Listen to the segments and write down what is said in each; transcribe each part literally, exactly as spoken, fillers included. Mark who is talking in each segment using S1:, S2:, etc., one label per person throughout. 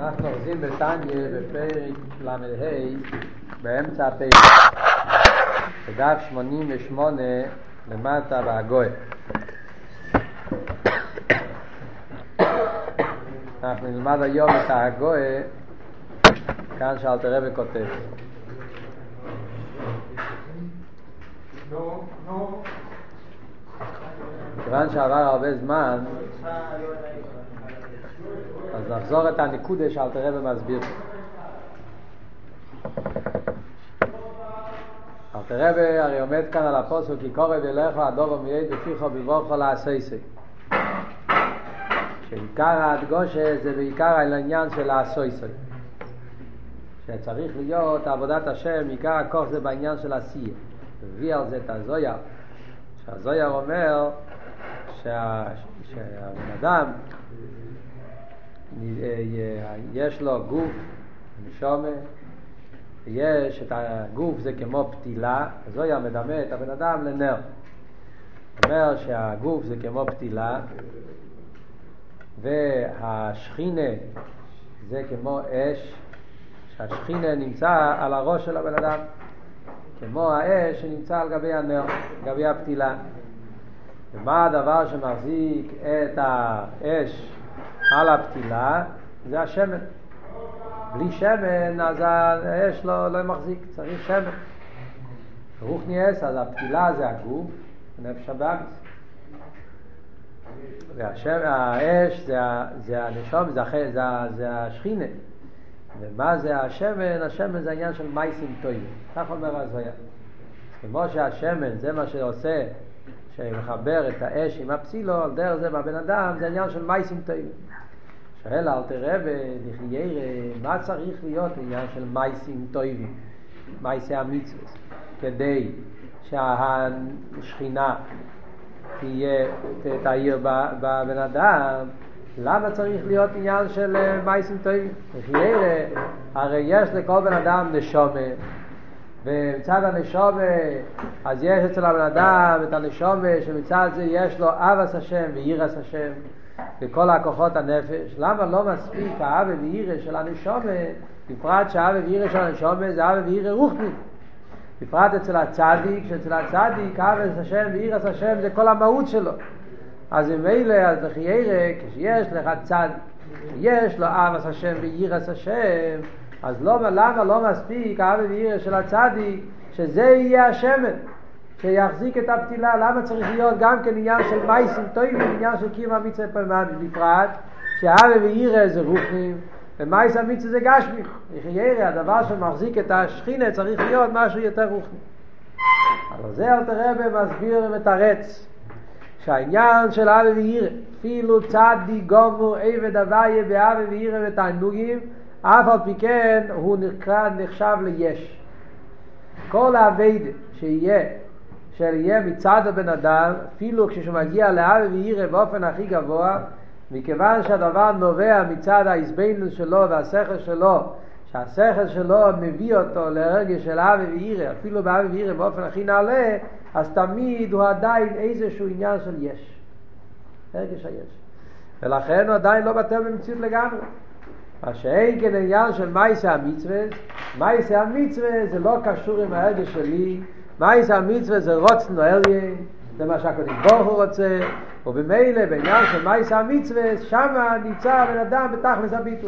S1: אנחנו אוחזים בתניא בפרק למ"ה באמצע הפרק בדף שמונים ושמונה למטה בהגויה. אנחנו נלמד היום את ההגויה כאן שאלתר רבי כותב. כיוון שעבר הרבה זמן אז נחזור את הנקודה שאלתר רבי מסביר. אלתר רבי הרי עומד כאן על הפסוק כי קורא אליך הדובר מיעד בפיך ובבואך לעשייסי, שעיקר ההדגושה זה בעיקר על העניין של העשייסי, שצריך להיות עבודת השם, עיקר הכוח זה בעניין של עשייה. הביא על זה את הזויר, שהזויר אומר שה... שהבן אדם יש לו גוף נשמה, יש את הגוף זה כמו פתילה, הזויר מדמה את הבן אדם לנר, אומר שהגוף זה כמו פתילה והשכינה זה כמו אש, שהשכינה נמצא על הראש של הבן אדם כמו האש שנמצא על גבי הנר, גבי הפתילה. ומה הדבר שמחזיק את האש על הפתילה? זה השמן. בלי שמן אז האש לא, לא מחזיק, צריך שמן. רוח ניאס, אז הפתילה זה הגוף, נפש הבאמס. והאש זה, זה הנשום, זה, זה, זה השכינה. ומה זה השמן? השמן זה העניין של מייסים טועים. כך אומר הזויר. כמו שהשמן זה מה שעושה, שמחבר את האש עם הפסילו, על דרך זה בבן אדם, זה עניין של מייסים טועים. שואל אלתר רבי, לחיירה, מה צריך להיות עניין של מייסים טועים? מייסי המצוות. כדי שהשכינה תהיה, תאיר בבן אדם, למה צריך להיות עניין של מייסים טובים? לחיירה, הרי יש לכל בן אדם נשומה, ומצד הנשומה אז יש אצל הבן אדם את הנשומה שמצד זה יש לו אהבת השם ויראת השם וכל הכוחות הנפש. למה לא מספיק האהבה ויראה של הנשומה, בפרט שהאהבה ויראה של הנשומה זה אהבה ויראה רוחני, בפרט אצל הצדיק, שאצל הצדיק אהבת השם ויראת השם זה כל המהות שלו. אז ממילא, אז לחיירה, כשיש לך צד, יש לו אהבת השם ויראת השם, אז לא, למה לא מספיק האהבה ויראה של הצדיק, שזה יהיה השמן, שיחזיק את הפתילה? למה צריך להיות גם כן עניין של מייסים טובים, עניין של קיום המצווה פרמנט, בפרט שהאהבה ויראה זה רוחני, ומייס המצווה זה גשמי. לחיירה, הדבר שמחזיק את השכינה צריך להיות משהו יותר רוחני. אבל זה אלתר רבי מסביר ומתרץ. שהעניין של אהבה ויראה, אפילו צדיק גמור עבד הוויה באהבה ויראה ותענוגים, אף על פי כן הוא נקרא, נחשב ליש. כל העבודה שיהיה, שיהיה מצד הבן אדם, אפילו כשהוא מגיע לאהבה ויראה באופן הכי גבוה, מכיוון שהדבר נובע מצד ההסבנות שלו והשכל שלו, שהשכל שלו מביא אותו לרגש של אהבה ויראה, אפילו באהבה ויראה באופן הכי נעלה, אז תמיד הוא עדיין איזשהו עניין של יש, הרגש היש, ולכן הוא עדיין לא בטל במציאות לגמרי. מה שאין כן עניין של מייסי המצווה, מייסי המצווה זה לא קשור עם הרגש שלי, מייסי המצווה זה רוצנו אליה, זה מה שהקדוש ברוך הוא רוצה, ובמילא בעניין של מייסי המצווה שמה נמצא הבן אדם בתכלס הביטול.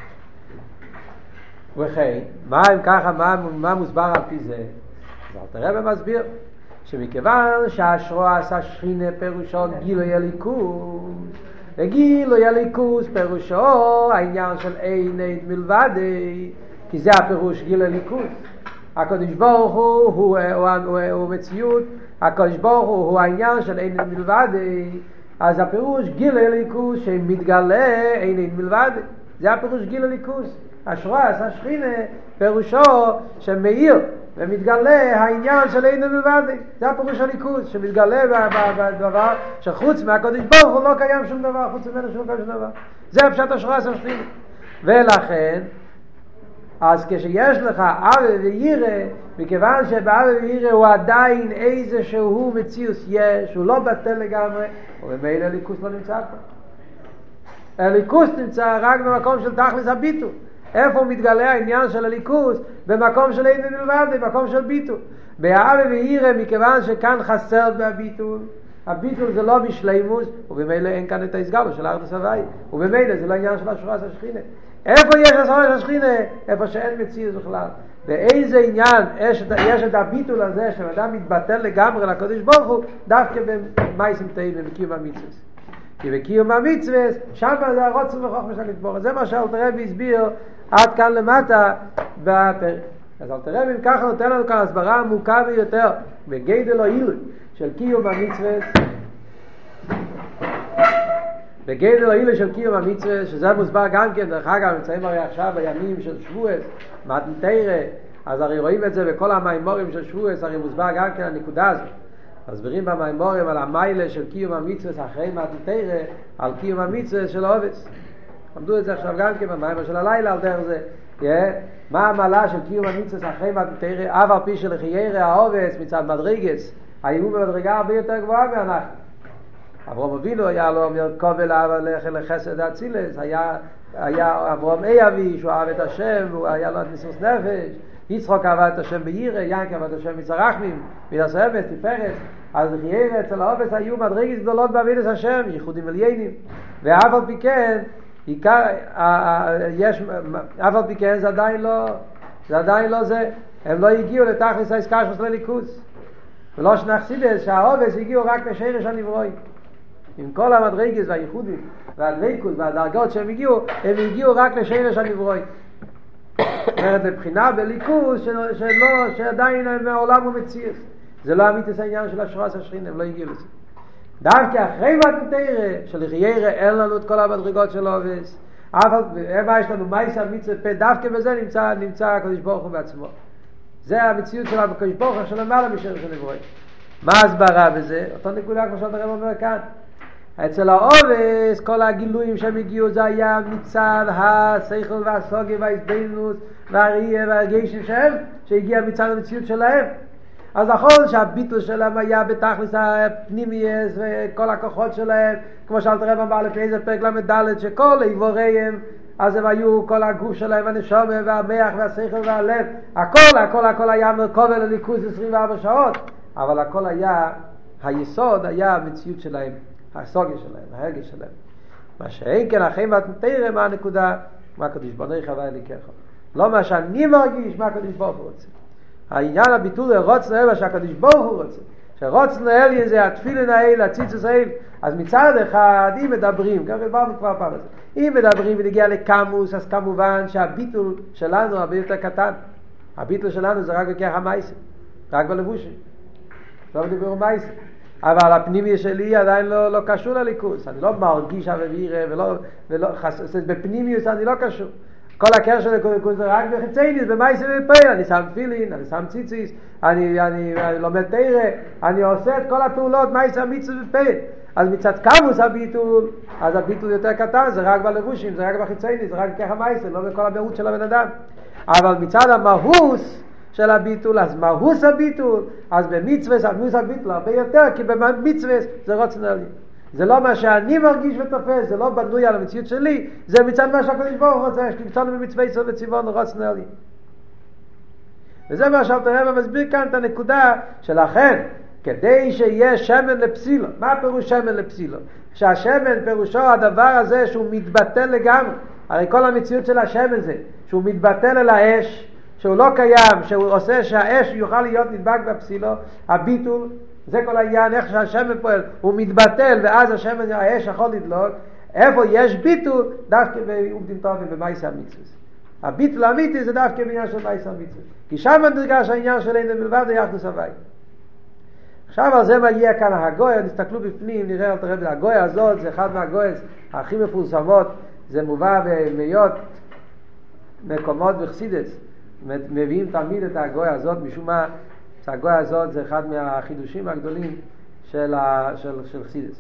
S1: וכן, מה אם ככה, מה, מה מוסבר על פי זה? אז אלתר רבי מסביר שמכיוון שהשראה עשה שכינה פירושו גילוי הליכוז, וגילוי הליכוז פירושו העניין של אין אין מלבדי, כי זה הפירוש גילוי הליכוז. הקדוש ברוך הוא הוא, הוא, הוא, הוא מציאות, הקדוש ברוך הוא הוא העניין של אין אין מלבדי, אז הפירוש גילוי הליכוז שמתגלה אין אין מלבדי, זה הפירוש גילוי הליכוז. השראה עשה שכינה פירושו שמאיר ומתגלה העניין של אין מלבדי, זה הפירוש הליכוז שמתגלה בדבר שחוץ מהקדוש ברוך הוא לא קיים שום דבר, חוץ ממנו שום קיים שום דבר, זה הפשט השראה של שכינה. ולכן אז כשיש לך אהבה ויראה, מכיוון שבאהבה ויראה הוא עדיין איזשהו מציאות יש, הוא לא בטל לגמרי, וממילא הליכוז לא נמצא פה. הליכוס נמצא רק במקום של תכלס הביטול. איפה מתגלה העניין של הליכוס? במקום של אין מלבד, במקום של ביטול. באהבה ויראה, מכיוון שכאן חסר בהביטול, הביטול זה לא בשלימוס, ובמילא אין כאן את ההסגלות של האחדוס הוואי, ובמילא זה לא עניין של השורש השכינה. איפה יש השורש השכינה? איפה שאין מציאות בכלל. באיזה עניין יש, יש את הביטול הזה שאדם מתבטל לגמרי לקדוש ברוך הוא, דווקא במייסים טעים, בקיום המצוות. כי בקיום המצוות, שם זה הרוצן וחוכמה של הנתבורת. זה מה שאלתר רבי הסביר עד כאן למטה בפרק. אז אלתר רבי ככה נותן לנו כאן הסברה עמוקה ביותר בגדל העילוי של קיום המצוות, בגדל העילוי של קיום המצוות, שזה מוסבר גם כן. דרך אגב, נמצאים הרי עכשיו בימים של שבועס, מתן תורה, אז הרי רואים את זה בכל המיימורים של שבועס, הרי מוסבר גם כן הנקודה הזאת. מסבירים במיימורים על המיילה של קיום המצוות אחרי מתן תורה, על קיום המצוות של העובס. למדו את זה עכשיו גם כן במיימור של הלילה על דרך זה. Yeah. מה המעלה של קיום המצוות אחרי מתן תורה? אף על פי שלחיירא העובס מצד מדרגס, היו במדרגה הרבה יותר גבוהה מאנחנו. אברהם אבינו היה לו קובל אהבה לחסד אצילס, היה היה אברהם אי אבי שהוא אהב את השם, הוא היה לו את מסירות נפש. יצחק אהב את השם ביראה, יעקב אהב את השם מצד רחמים, מידס האמת, תפארת. אז לחיירא אצל העובס היו מדרגות גדולות בעבודת השם, ייחודים עליונים. ואף על פי כן עיקר יש אף על פי כן זה עדיין לא זה עדיין לא זה, הם לא הגיעו לתכלס העסקה של הליכוס. ולא שנחסידס שהעובס הגיעו רק לשרש הנברואים. עם כל המדרגות והייחודים והדבקות והדרגות שהם הגיעו, הם הגיעו רק לשרש הנברואים. זאת אומרת, מבחינה בליכוס שלא, שעדיין מהעולם הוא מציאות. זה לא אמיתוס העניין של השורש השכינה, הם לא הגיעו לזה. דווקא אחרי מתן תורה שלחיירא אין לנו את כל המדרגות של העובס. מה יש לנו? מייסר מצוות פה, דווקא בזה נמצא, נמצא הקדוש ברוך הוא בעצמו. זה המציאות של הקדוש ברוך הוא שלמעלה משרש הנברואים. מה ההסברה בזה? אותו נקודה כמו שאתה הרב אומר כאן. אצל העובס כל הגילויים שהם הגיעו זה היה מצד השכל והסוגיה וההסבינוס והראייה והרגשים שהם, שהגיע מצד המציאות שלהם. אז נכון שהביטול שלהם היה בתכלס הפנימייס וכל הכוחות שלהם, כמו שאלתר רבי אמר לפני איזה פרק למדלת, שכל איבוריהם, אז הם היו כל הגוף שלהם, הנשמה והמח והשכל והלב, הכל הכל הכל היה מרכוב אל הליכוז עשרים וארבע שעות, אבל הכל היה, היסוד היה המציאות שלהם, הסוגיה שלהם, ההרגש שלהם. מה שאין כן אחרי מתן תורה, מה הנקודה? מה הקדוש ברוך הוא חווה לי ככה, לא מה שאני מרגיש, מה הקדוש ברוך הוא רוצה. העניין הביטול הרוצן האל שהקדוש ברוך הוא רוצה, שרוצן האל זה התפילין האל, הציצוס האל. אז מצד אחד אם מדברים, גם דיברנו כבר פעם הזה, אם מדברים ונגיע לקמוס, אז כמובן שהביטול שלנו הרבה יותר קטן. הביטול שלנו זה רק בכך המייסים, רק בלבושים, לא מדבר מייסים. אבל הפנימי שלי עדיין לא, לא קשור לליכוס. אני לא מרגיש אווירה ולא, ולא חס... בפנימיוס אני לא קשור. כל הקשר לליכוס זה רק בחצייניס, במייסים ובפעיל. אני שם פילין, אני שם ציציס, אני, אני, אני לומד תירה, אני עושה את כל הפעולות מייסים מיצוס ובפעיל. אז מצד כמוס הביטול, אז הביטול יותר קטן, זה רק בלבושים, זה רק בחצייניס, זה רק בכך המייסים, לא בכל המיעוט של הבן אדם. אבל מצד המהוס של הביטול, אז מהוס הביטול, אז במצווה זה מהוס הביטול הרבה יותר, כי במצווה זה רוצן עלי. זה לא מה שאני מרגיש ותופס, זה לא בנוי על המציאות שלי, זה מצד מה שהקדוש ברוך הוא רוצה, שכתבנו במצווה ישראל וציוונו רוצן עלי. וזה מה שאלתר רבי מסביר כאן את הנקודה שלכן, כדי שיהיה שמן לפסילו. מה פירוש שמן לפסילו? שהשמן פירושו הדבר הזה שהוא מתבטל לגמרי. הרי כל המציאות של השמן זה שהוא מתבטל אל האש, שהוא לא קיים, שהוא עושה שהאש יוכל להיות נדבק בפסילו. הביטול, זה כל העניין, איך שהשמן פועל, הוא מתבטל ואז השמן, האש יכול לדלוק. איפה יש ביטול? דווקא בעובדים טובים במייסי המצוות. הביטול האמיתי זה דווקא בעניין של מייסי המצוות, כי שם נרגש העניין שלנו מלבד היחדוס הוואי. עכשיו על זה מגיע כאן הגויה, נסתכלו בפנים, נראה על תראה, הגויה הזאת זה אחד מהגויס הכי מפורסמות, זה מובא במאות מקומות בחסידות, מביאים תמיד את הגויה הזאת, משום מה שהגויה הזאת זה אחד מהחידושים הגדולים של, ה, של, של חסידות.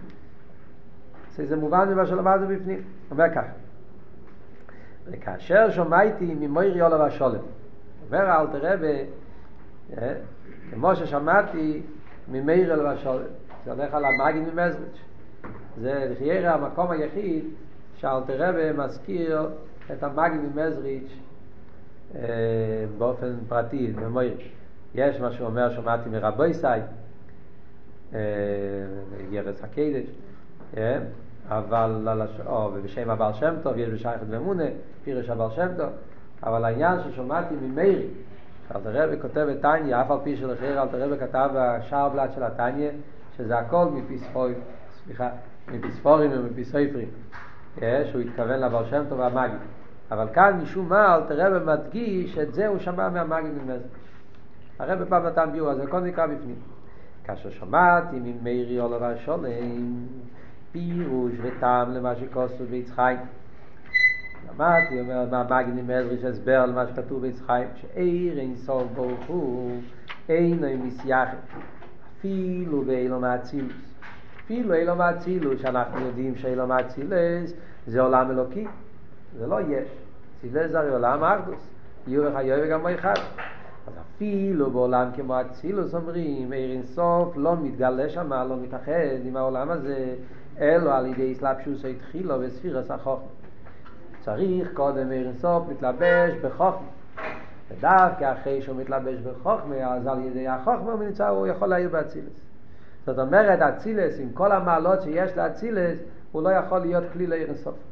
S1: זה מובן ממה שלמדנו בפנים, אומר ככה, וכאשר שומעתי ממוירי עולב השולם, אומר אל תראה, כמו ששמעתי ממאיר אל השולם, זה הולך על המאגין ממזריץ', זה לחיירה המקום היחיד שאלתר רבי מזכיר את המגיד ממזריץ' אה, באופן פרטי, במויר. יש מה שהוא אומר, שמעתי מרבי סי, גרס הקדש, אה, אבל, או בשם הבעל שם טוב, יש בשייכת ומונה, פירש הבעל שם טוב, אבל העניין ששומעתי ממאירי, שאלתר רבי כותב את טניה, אף על פי שלחיר אלתר רבי כתב בשער בלט של הטניה, שזה הכל מפספורים, סליחה, מפספורים ומפספרים, שהוא התכוון לבעל שם טוב והמגיד. אבל כאן משום מה אלתר רבי מדגיש את זה הוא שמע מהמגיד ממזריץ'. הרבי פעם נתן ביור, אז הכל נקרא בפנים. כאשר שמעתי ממאירי עולו השולם, פירוש וטעם למה שכוסו בעץ חיים. למדתי, אומר מהמגיד ממזריץ' הסבר על מה שכתוב בעץ חיים, שאיר אין סוף ברוך הוא, אינו מסייחת, אפילו ואילו מאצילוס. אפילו אילו מאצילוס, שאנחנו יודעים שאילו מאצילוס זה עולם אלוקי, זה לא יש. צילוס זה הרי עולם האחדוס, יהיו וחיו וגם אחד. אז אפילו בעולם כמו אצילוס אומרים, איר אין סוף לא מתגלה שם, לא מתאחד עם העולם הזה, אלו על ידי הסלבשוס התחילו בספירס החוכמה. צריך קודם איר אין סוף מתלבש בחוכמה. ודווקא אחרי שהוא מתלבש בחוכמה, אז על ידי החוכמה הוא נמצא, הוא יכול להעיר באצילוס. זאת אומרת, אצילוס, עם כל המעלות שיש לאצילוס, הוא לא יכול להיות כלי לאיר אין סוף.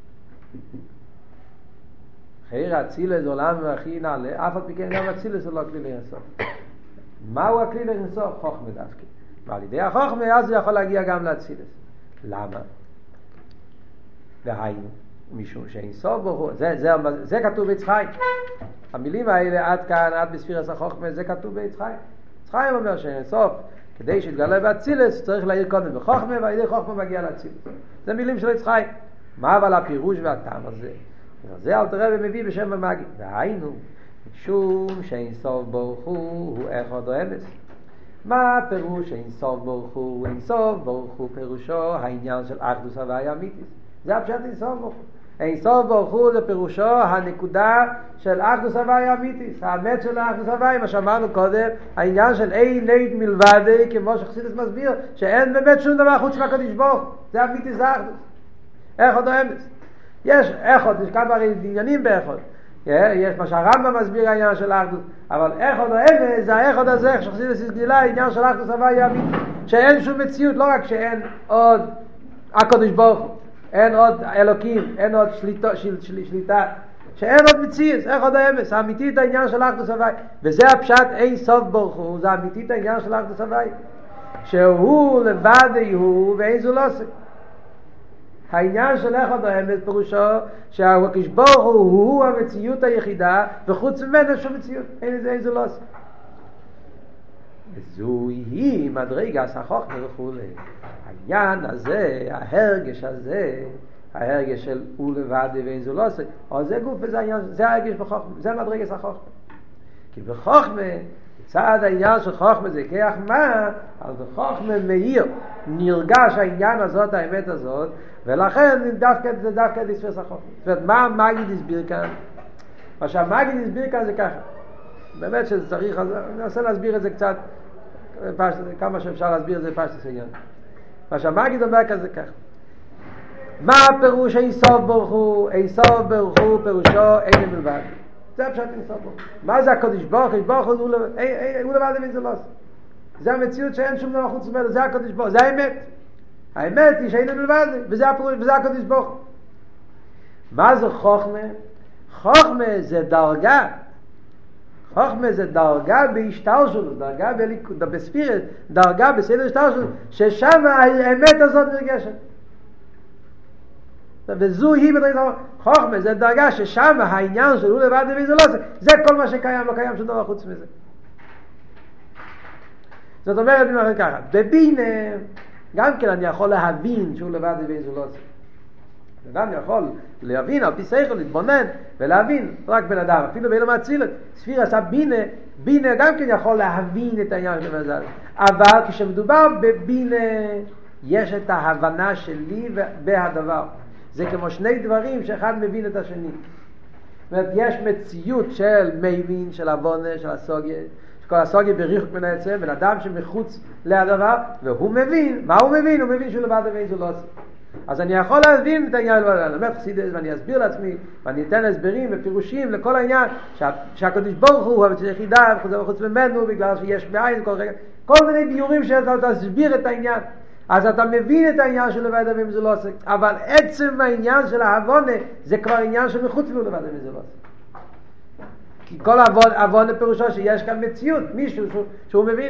S1: חייר אצילוס זה עולם הכי נעלה, אף על פי כן גם אצילוס הוא לא כלי לאיר אין סוף. מהו הכלי לאיר אין סוף? חוכמה דווקא. ועל ידי החוכמה, אז הוא יכול להגיע גם לאצילוס. למה? והיינו, משום שאין סוף ברוך הוא, זה, זה, זה, זה כתוב בעץ חיים. המילים האלה עד כאן, עד בספירס החוכמה, זה כתוב בעץ חיים. עץ חיים אומר שאין סוף, כדי שיתגלה באצילוס, צריך להעיר קודם בחוכמה, ועל ידי חוכמה מגיע לאצילוס. זה מילים של עץ חיים. מה אבל הפירוש והטעם הזה? זה אלתר רבי מביא בשם המגיד. והיינו, משום שאין סוף ברוך הוא, הוא אחד או אמס. מה הפירוש שאין סוף ברוך הוא? אין סוף ברוך הוא פירושו העניין של אחדוס הוויה אמיתית. זה הפשט אין סוף ברוך הוא. אין סוף ברוך הוא זה פירושו הנקודה של אחדוס הוויה אמיתית. האמת של אחדוס הוויה, מה שאמרנו קודם, העניין של אין ליד מלבדי, כמו שחסידס מסביר, שאין באמת שום דבר חוץ מהקדוש ברוך הוא. זה אמיתי, זה אחדוס. אחד או אמס. יש אחד, יש כמה עניינים באחד. יש מה שהרמב"ם מסביר העניין של האחדות, אבל אחד או אמס זה האחד הזה, שחסידס הסגילה העניין של אחדות הוויה אמיתית, שאין שום מציאות, לא רק שאין עוד הקדוש ברוך הוא, אין עוד אלוקים, אין עוד שליטה, של, של, שליטה, שאין עוד מציאות, אחד או אמס, האמיתית העניין של אחדות הוויה, וזה הפשט אין סוף ברוך הוא, זה האמיתית העניין של אחדות הוויה, שהוא לבד הוא ואין זו לא עושה. העניין של אחד האמת פירושו שהקדוש ברוך הוא הוא המציאות היחידה וחוץ ממנו שום מציאות, אין זה, אין זה לא עושה. וזוהי מדרגת החוכמה וכו'. העניין הזה, ההרגש הזה, ההרגש של הוא לבד ואין זה לא עושה, אבל זה גוף וזה העניין, זה ההרגש בחוכמה, זה מדרגת החוכמה. כי בחוכמה, צעד העניין של חוכמה זה כיח מה, אז בחוכמה מאיר, נרגש העניין הזאת, האמת הזאת, ולכן דווקא זה דווקא לספרס החוכמה. זאת אומרת, מה המגיד הסביר כאן? מה שהמגיד הסביר כאן זה ככה. באמת שזה צריך, אני אנסה להסביר את זה קצת, כמה שאפשר להסביר את זה פשטוס העניין. מה שהמגיד אומר כאן זה ככה. מה הפירוש אין סוף ברוך הוא? אין סוף ברוך הוא פירושו אין מלבד. זה הפשט אין סוף ברוך הוא. מה זה הקדוש ברוך הוא? ברוך הוא הוא לבד ואין זה לא עושה. זה המציאות שאין שום דבר חוץ ממנו, זה הקדוש ברוך הוא, זה האמת. האמת היא שאין מלבד, וזה הפירוש, וזה הקדוש ברוך הוא. מה זה חוכמה? חוכמה זה דרגה. חוכמה זה דרגה בהשתל שלו, דרגה בספירת, דרגה בסדר השתל שלו, ששם האמת הזאת נרגשת. וזו היא מדרגת חוכמה, זה דרגה ששם העניין שלו לבד וזה לא זה, זה כל מה שקיים, לא קיים שום דבר חוץ מזה. זאת אומרת, אני אומר ככה, בבינה, גם כן אני יכול להבין שהוא לבד וזה לא זה. אדם יכול להבין, על פי שכל, להתבונן ולהבין, רק בן אדם, אפילו באילו מאצילת, ספיר עשה בינה, בינה גם כן יכול להבין את העניין של המזל. אבל כשמדובר בבינה, יש את ההבנה שלי בהדבר. זה כמו שני דברים שאחד מבין את השני. זאת אומרת, יש מציאות של מבין, של הבונה, של הסוגיה, שכל הסוגיה בריחוק מן העצם, בן אדם שמחוץ להדבר, והוא מבין, מה הוא מבין? הוא מבין שהוא לבד ואין זו לא עושה. אז אני יכול להבין את העניין, אני לומד חסידות ואני אסביר לעצמי ואני אתן הסברים ופירושים לכל העניין שה, שהקדוש ברוך הוא אבל יחידה וחוץ ממנו בגלל שיש בעין כל רגע, כל מיני ביורים שאתה תסביר את העניין, אז אתה מבין את העניין של לבד אבים זה לא עושה, אבל עצם העניין של ההבונה זה כבר עניין שמחוץ לו לבד אבים זה לא עושה, כי כל ההבונה פירושו שיש כאן מציאות, מישהו שהוא, שהוא מבין.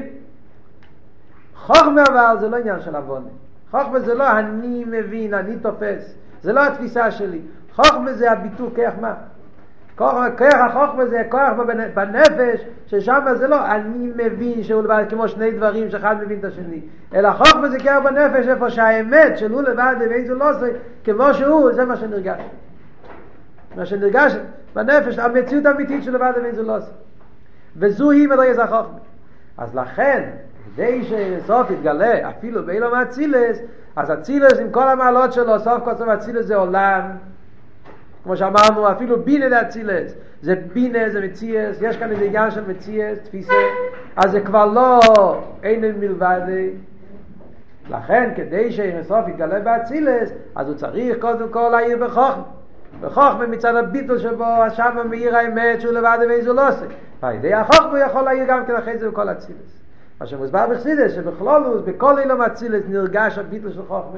S1: חוכמה אבל זה לא עניין של הבונה, חוכמה זה לא אני מבין, אני תופס, זה לא התפיסה שלי, חוכמה זה הביטול כוח מה, כוח החוכמה זה כוח בנפש, ששם זה לא אני מבין שהוא לבד כמו שני דברים שאחד מבין את השני, אלא חוכמה זה כוח בנפש איפה שהאמת שלו לבד ואיזה לא עושה כמו שהוא, זה מה שנרגש, מה שנרגש בנפש, המציאות האמיתית של לבד ואיזה לא עושה, וזו היא מדרגת החוכמה. אז לכן כדי שסוף יתגלה אפילו באילום האצילס, אז אצילס עם כל המעלות שלו, סוף כל סוף אצילס זה עולם, כמו שאמרנו אפילו בינה זה אצילס, זה בינה, זה מציאס, יש כאן איזה עניין של מציאס, תפיסה, אז זה כבר לא אין מלבד. לכן כדי שסוף יתגלה באצילס, אז הוא צריך קודם כל להעיר בחוכמה, בחוכמה מצד הביטול שבו שם מאיר האמת שהוא לבד ואיזו לא עושה, ועל החוכמה יכול להעיר גם כן אחרי זה בכל אצילס. מה שמוסבר בחסידות שבכלולוס בכל אילום אצילס נרגש הביטול של חוכמה.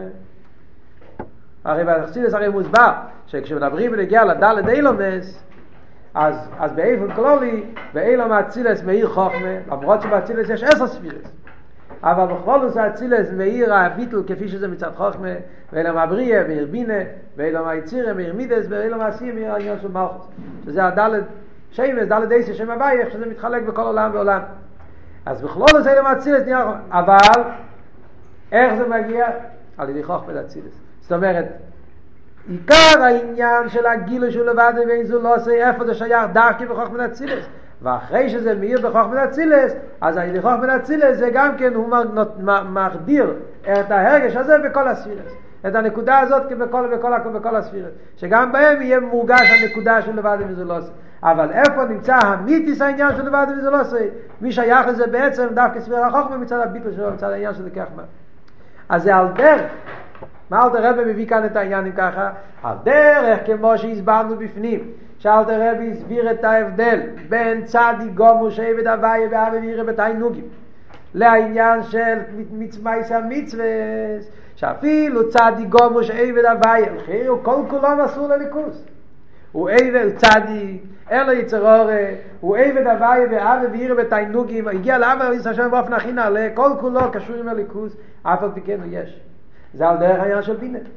S1: הרי בחסידות הרי מוסבר שכשמדברים ונגיע לדלת אילומס, אז אז באופן כללי באילום אצילס מאיר חוכמה, למרות שבאצילס יש עשר ספירות, אבל בכלולוס האצילס מאיר הביטול כפי שזה מצד חוכמה, ואילום הבריאה מאיר בינה, ואילום היצירה מאיר מידס, ואילום העשייה מאיר העניין של מלכות, שזה הדלת שמש, דלת עשר שם הוויה, איך שזה מתחלק בכל עולם ועולם. אז בכלול זה אילום אצילס נהיה, אבל איך זה מגיע? על ידי חוכמה לאצילס. זאת אומרת, עיקר העניין של הגילוי שהוא לבד ואין זו לא עושה, איפה זה שייך דרכי בחוכמה לאצילס, ואחרי שזה מאיר בחוכמה לאצילס, אז על ידי חוכמה לאצילס זה גם כן הוא מחדיר את ההרגש הזה בכל הספירס, את הנקודה הזאת בכל, בכל, בכל הספירס, שגם בהם יהיה מורגש הנקודה של לבד ואין זו לא עושה. אבל איפה נמצא המיתיס העניין של לבד וזה לא עושה, מי שייך לזה בעצם דווקא ספיר החוכמה מצד הביטול שלו, מצד העניין של כחמה. אז זה על דרך, מה אלתר רבי מביא כאן את העניינים ככה? על דרך כמו שהסברנו בפנים, שאלתר רבי הסביר את ההבדל בין צדיק גמור עבד הוויה ואבא וירא בתענוגים לעניין של מצווה המצווה, שאפילו צדיק גמור עבד הוויה הוא כל כולו מסור לליכוס, הוא עבד צדיק אלא יצרור, הוא עבד הוויה ואבא וירא בתענוגים, הגיע לאבא וירא השם באופן הכי נעלה, כל כולו קשור עם הליכוס, אף על פי כן יש. זה על דרך העניין של בינה.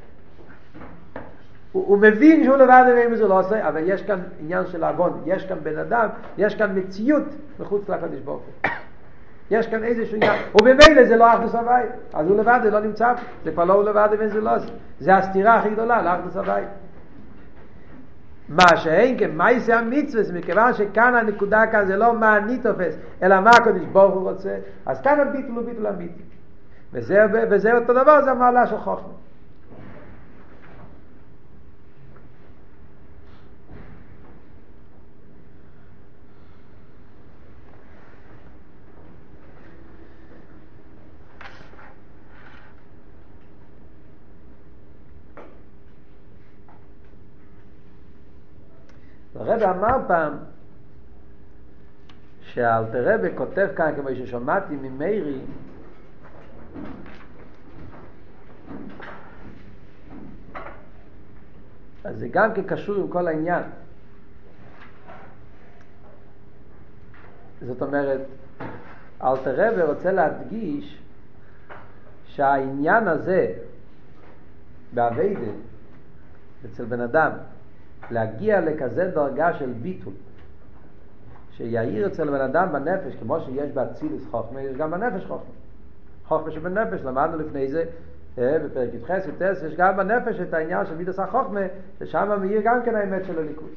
S1: הוא, הוא מבין שהוא לבד ואין זה לא עושה, אבל יש כאן עניין של עוון, יש כאן בן אדם, יש כאן מציאות מחוץ לקדוש ברוך הוא. יש כאן איזשהו עניין, ובמילא זה לא אחדות הוויה, אז הוא לבד, זה לא נמצא, זה כבר לא הוא לבד ואין זה לא עושה. זה הסתירה הכי גדולה לאחדות הוויה. מה שאין כן, מה יעשה המצווה, מכיוון שכאן הנקודה כאן זה לא מה אני תופס, אלא מה הקדוש ברוך הוא רוצה, אז כאן הביטול הוא ביטול אמיתי. וזה, וזה אותו דבר, זה המעלה של חוכמה. הרב אמר פעם שהאלתר רבי כותב כאן, כמו ששמעתי ממיירי, אז זה גם כקשור עם כל העניין. זאת אומרת, אלתר רבי רוצה להדגיש שהעניין הזה בעבודה אצל בן אדם להגיע לכזה דרגה של ביטול שיעיר אצל בן אדם בנפש, כמו שיש באצילוס חוכמה, יש גם בנפש חוכמה, חוכמה שבנפש. למדנו לפני זה בפרק י"ח י"ט, יש גם בנפש את העניין של מידס החוכמה, ששם מאיר גם כן האמת של הליכוז.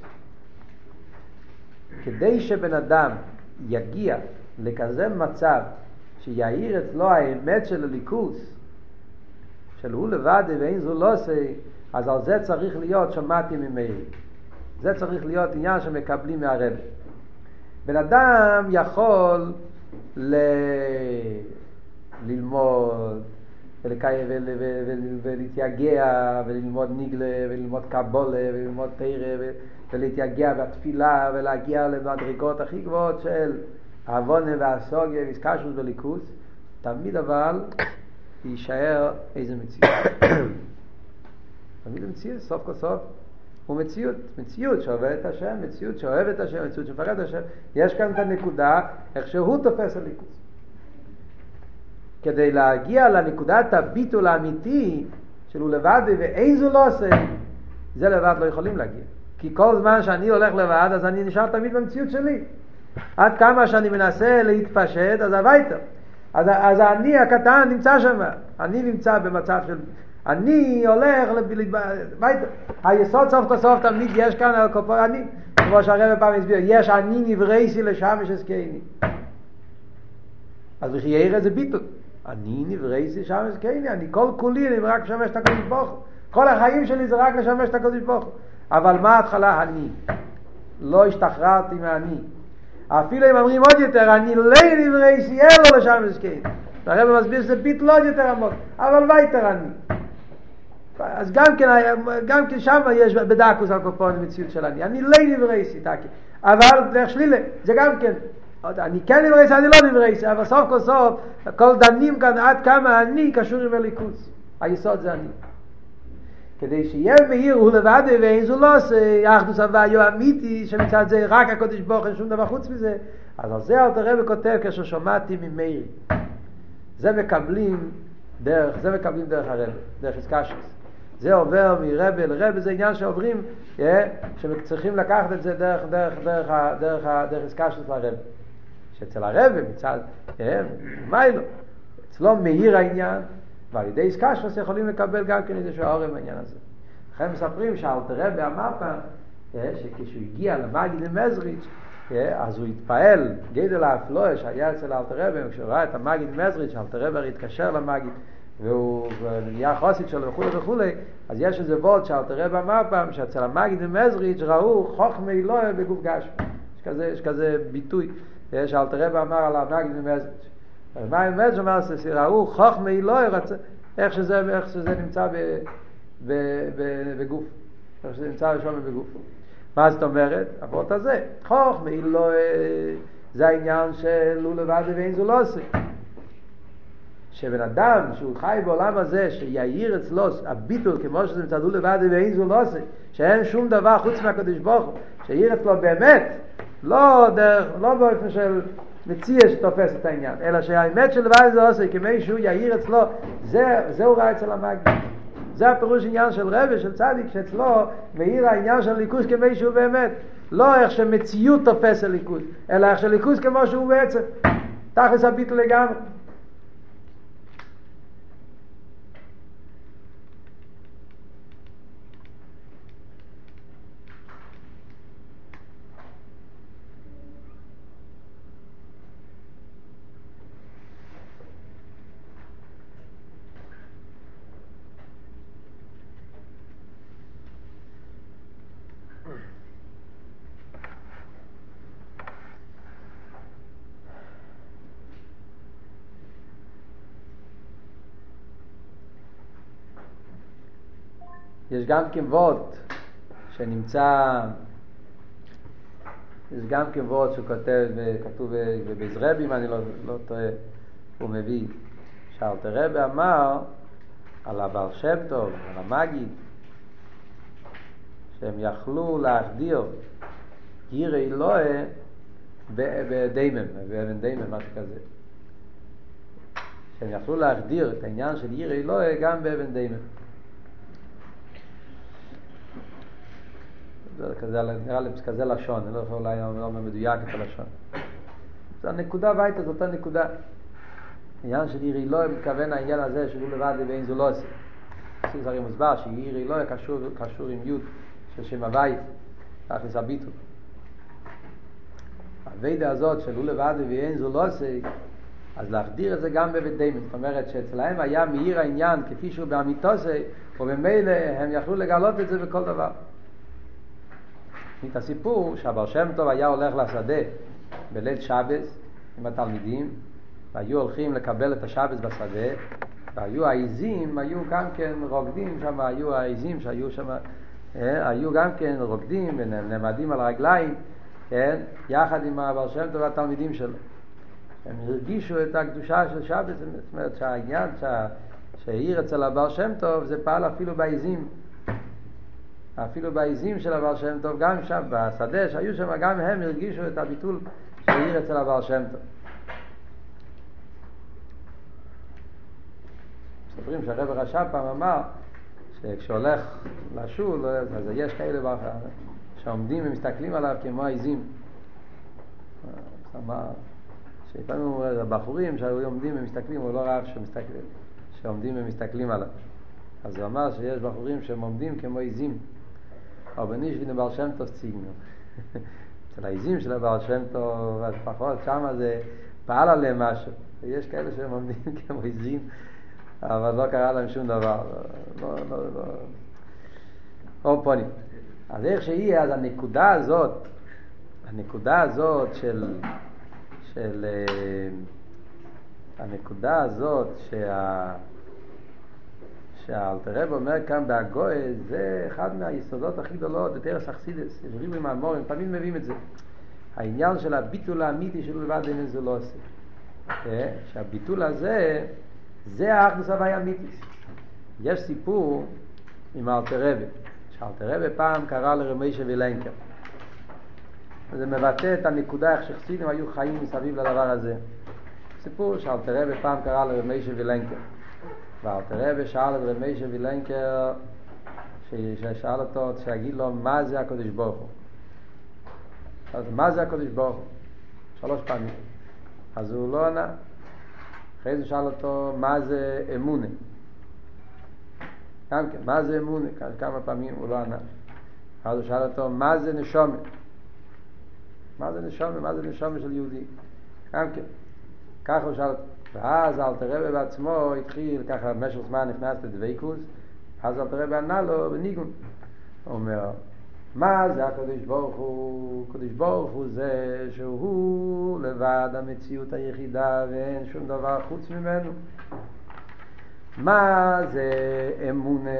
S1: כדי שבן אדם יגיע לכזה מצב שיעיר אצלו האמת של הליכוז, של הוא לבד ואין זו לא עושה, אז על זה צריך להיות שמעתי ממיירי. זה צריך להיות עניין שמקבלים מהרב. בן אדם יכול ל... ללמוד ולהתייגע וללמוד ניגלה וללמוד קבולה וללמוד תורה ולהתייגע בתפילה ולהגיע למדרגות הכי גבוהות של העוונה והסוגיה והסקשרות וליכוז, תמיד אבל יישאר איזה מציאות. תמיד המציאות, סוף כל סוף, הוא מציאות, מציאות שאוהב את השם, מציאות שאוהב את השם, מציאות שמפחד את השם. יש כאן את הנקודה, איך שהוא תופס הליכוז. כדי להגיע לנקודת הביטול האמיתי, שהוא לבד ואין זו לא עושה, זה לבד לא יכולים להגיע. כי כל זמן שאני הולך לבד, אז אני נשאר תמיד במציאות שלי. עד כמה שאני מנסה להתפשט, אז הביתה. אז, אז אני הקטן נמצא שם. אני נמצא במצב של... אני הולך הביתה. היסוד סוף כסוף תמיד יש כאן על כל פעם, אני, כמו שהרב פעם הסביר, יש אני נברייסי לשמש עסקייני. אז וכי יראה זה ביטול. אני נברייסי לשמש עסקייני. אני כל כולי, אני רק לשמש את הקודש ברוך הוא. כל החיים שלי זה רק לשמש את הקודש ברוך הוא. אבל מה ההתחלה? אני. לא השתחררתי מהאני. אפילו אם אומרים עוד יותר, אני לא נברייסי אלו לשמש עסקייני. הרב מסביר שזה ביטול עוד יותר עמוק. אבל ויתר אני. אז גם כן, גם כן שם יש בדקוס על קופון מציאות של אני. אני לא נברייסי, תקי. אבל דרך שלילה, זה גם כן. אני כן נברייסי, אני לא נברייסי, אבל סוף כל סוף, כל דנים כאן עד כמה אני קשור עם הליכוז. היסוד זה אני. כדי שיהיה מהיר הוא לבד ואין זו לא עושה, אחדוס הוויו אמיתי, שמצד זה רק הקודש ברוך אין שום דבר חוץ מזה. אז על זה אלתר רבי כותב כששומעתי ממאיר. זה מקבלים דרך, זה מקבלים דרך הרב, דרך הסקשס. זה עובר מרבי לרבי, זה עניין שעוברים, שצריכים לקחת את זה דרך, דרך, דרך, דרך, דרך הסקשס לרבי. שאצל הרבי מצד, מה לא? אצלו מהיר העניין, ועל ידי הסקשס יכולים לקבל גם כן איזשהו העורם בעניין הזה. לכן מספרים שאלתר רבי אמר פעם, שכשהוא הגיע למגיד מזריץ', אז הוא התפעל, גדל האפלואה שהיה אצל אלתר רבי, כשהוא ראה את המגיד מזריץ', אלתר רבי התקשר למגיד, והוא נהיה חוסית שלו וכו' וכו', אז יש איזה וולט שאלתר רבי אמר פעם, שאצל המגיד מזריץ' ראו חוכמה אלוהי בגוף גשמי. יש כזה, יש כזה ביטוי, שאלתר רבי אמר על המגיד מזריץ'. המגיד מזריץ' אמר, ראו חוכמה אלוהי, איך שזה, איך שזה נמצא ב, ב, ב, בגוף, איך שזה נמצא ראשון בגוף. מה זאת אומרת? הפרוט הזה, חוכמה אלוהי, זה העניין של הוא לבד ואין זו לא עושה. שבן אדם שהוא חי בעולם הזה שיעיר אצלו הביטול כמו שזה מצד הוא לבד ואין זו לא עושה, שאין שום דבר חוץ מהקדוש ברוך הוא, שיעיר אצלו באמת, לא דרך, לא באופן של מציע שתופס את העניין, אלא שהאמת של לבד זה עושה כמי שהוא יעיר אצלו, זה, זה הוא ראה אצל המגיד. זה הפירוש עניין של רבי, של צדיק, שאצלו מאיר העניין של ליכוז כמי שהוא באמת, לא איך שמציאות תופס הליכוז, אלא איך שליכוז כמו שהוא בעצם, תכלס הביטול לגמרי. יש גם כבוד שנמצא, יש גם כבוד שכותב, כתוב בזרבי, אם אני לא, לא טועה, הוא מביא, שאלתר רבי אמר על הבעל שם טוב, על המגיד, שהם יכלו להחדיר ירא אלוהי בדיימם, באבן דיימם, משהו כזה. שהם יכלו להחדיר את העניין של ירא אלוהי גם באבן דיימם. זה כזה, נראה לי כזה לשון, אני לא יכול אולי לא מדויק את הלשון. זה הנקודה ביתה, זאת הנקודה. העניין של ירא אלוהי מתכוון העניין הזה שהוא לבד ואין זו לא עושה. זה הרי מוסבר שירא אלוהי קשור, קשור עם יוד של שם הבית, תכלס הביטול. הווידה הזאת של הוא לבד ואין זו לא עושה, אז להחדיר את זה גם בבית דיימם. זאת אומרת שאצלהם היה מאיר העניין כפי שהוא באמיתו זה, ובמילא הם יכלו לגלות את זה בכל דבר. את הסיפור שהבר שם טוב היה הולך לשדה בליל שבס עם התלמידים, והיו הולכים לקבל את השבס בשדה, והיו העיזים, היו גם כן רוקדים שם, היו העיזים שהיו שם, היו גם כן רוקדים ונעמדים על הרגליים, כן? יחד עם הבעל שם טוב והתלמידים שלו. הם הרגישו את הקדושה של שבת, זאת אומרת שהעניין שהעיר אצל הבעל שם טוב זה פעל אפילו בעיזים. אפילו בעיזים של הבעל שם טוב, גם שם בשדה שהיו שם, גם הם הרגישו את הביטול שהעיר אצל הבעל שם טוב. מספרים שהרב רש"ב פעם אמר שכשהולך לשול, אז יש כאלה שעומדים ומסתכלים עליו כמו העיזים. אמר שפעמים הבחורים שהיו עומדים ומסתכלים, הוא לא ראה שמסתכלים, שעומדים ומסתכלים עליו. אז הוא אמר שיש בחורים שהם עומדים כמו עיזים. אבל בנישבין הבעל שם טוב ציגנו. אצל העיזים של הבעל שם טוב, אז פחות שמה זה פעל עליהם משהו. ויש כאלה שהם עומדים כמו עיזים, אבל לא קרה להם שום דבר. לא, לא, לא. או פונים. אז איך שיהיה, אז הנקודה הזאת, הנקודה הזאת של, של, הנקודה הזאת שה, שהאלטר רב אומר כאן בהגויה, זה אחד מהיסודות הכי גדולות, בתרס אכסידס, שריבו עם האמורים, תמיד מביאים את זה. העניין של הביטול האמיתי שלו לבד אין זה לא עושה. שהביטול הזה, זה האחדוס הווי אמיתיס. יש סיפור עם האלטר רב, שהאלטר רב פעם קרא לרמיישה וילנקר. זה מבטא את הנקודה איך שחסידים היו חיים מסביב לדבר הזה. סיפור שהאלטר רב פעם קרא לרמיישה וילנקר. והאלטר רב שאל את רמיישה וילנקר, ששאל אותו, שיגיד לו מה זה הקדוש ברוך הוא. אז מה זה הקדוש ברוך הוא? שלוש פעמים. אז הוא לא ענה. אחרי זה שאל אותו מה זה אמונה. גם כן, מה זה אמונה? כמה פעמים הוא לא ענה. אז הוא שאל אותו מה זה נשומה. מה זה נשומה? מה זה נשומה של יהודי? גם כן. ככה הוא שאל אותו. ואז אלטר רב בעצמו התחיל, ככה במשך זמן נכנס לדבקות, אז אלטר רב ענה לו בניגון. הוא אומר, מה זה הקדוש ברוך הוא? הקדוש ברוך הוא זה שהוא לבד המציאות היחידה ואין שום דבר חוץ ממנו. מה זה אמונה?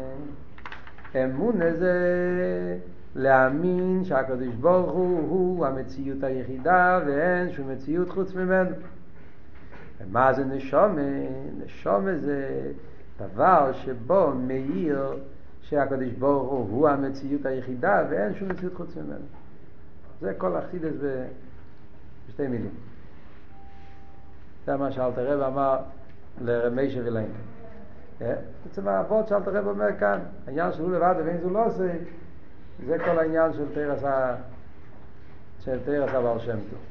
S1: אמונה זה להאמין שהקדוש ברוך הוא הוא המציאות היחידה ואין שום מציאות חוץ ממנו. ומה זה נשומה? נשומה זה דבר שבו מאיר שהקדוש ברוך הוא הוא המציאות היחידה ואין שום מציאות חוץ ממנו. זה כל אכסידס בשתי מילים. זה מה שאלטר רב אמר לרמיישה וילנקר. בעצם העבוד שאלטר רב אומר כאן, העניין שהוא לבד ואין זו לא עושה, זה כל העניין של תרס הבעל שם טוב.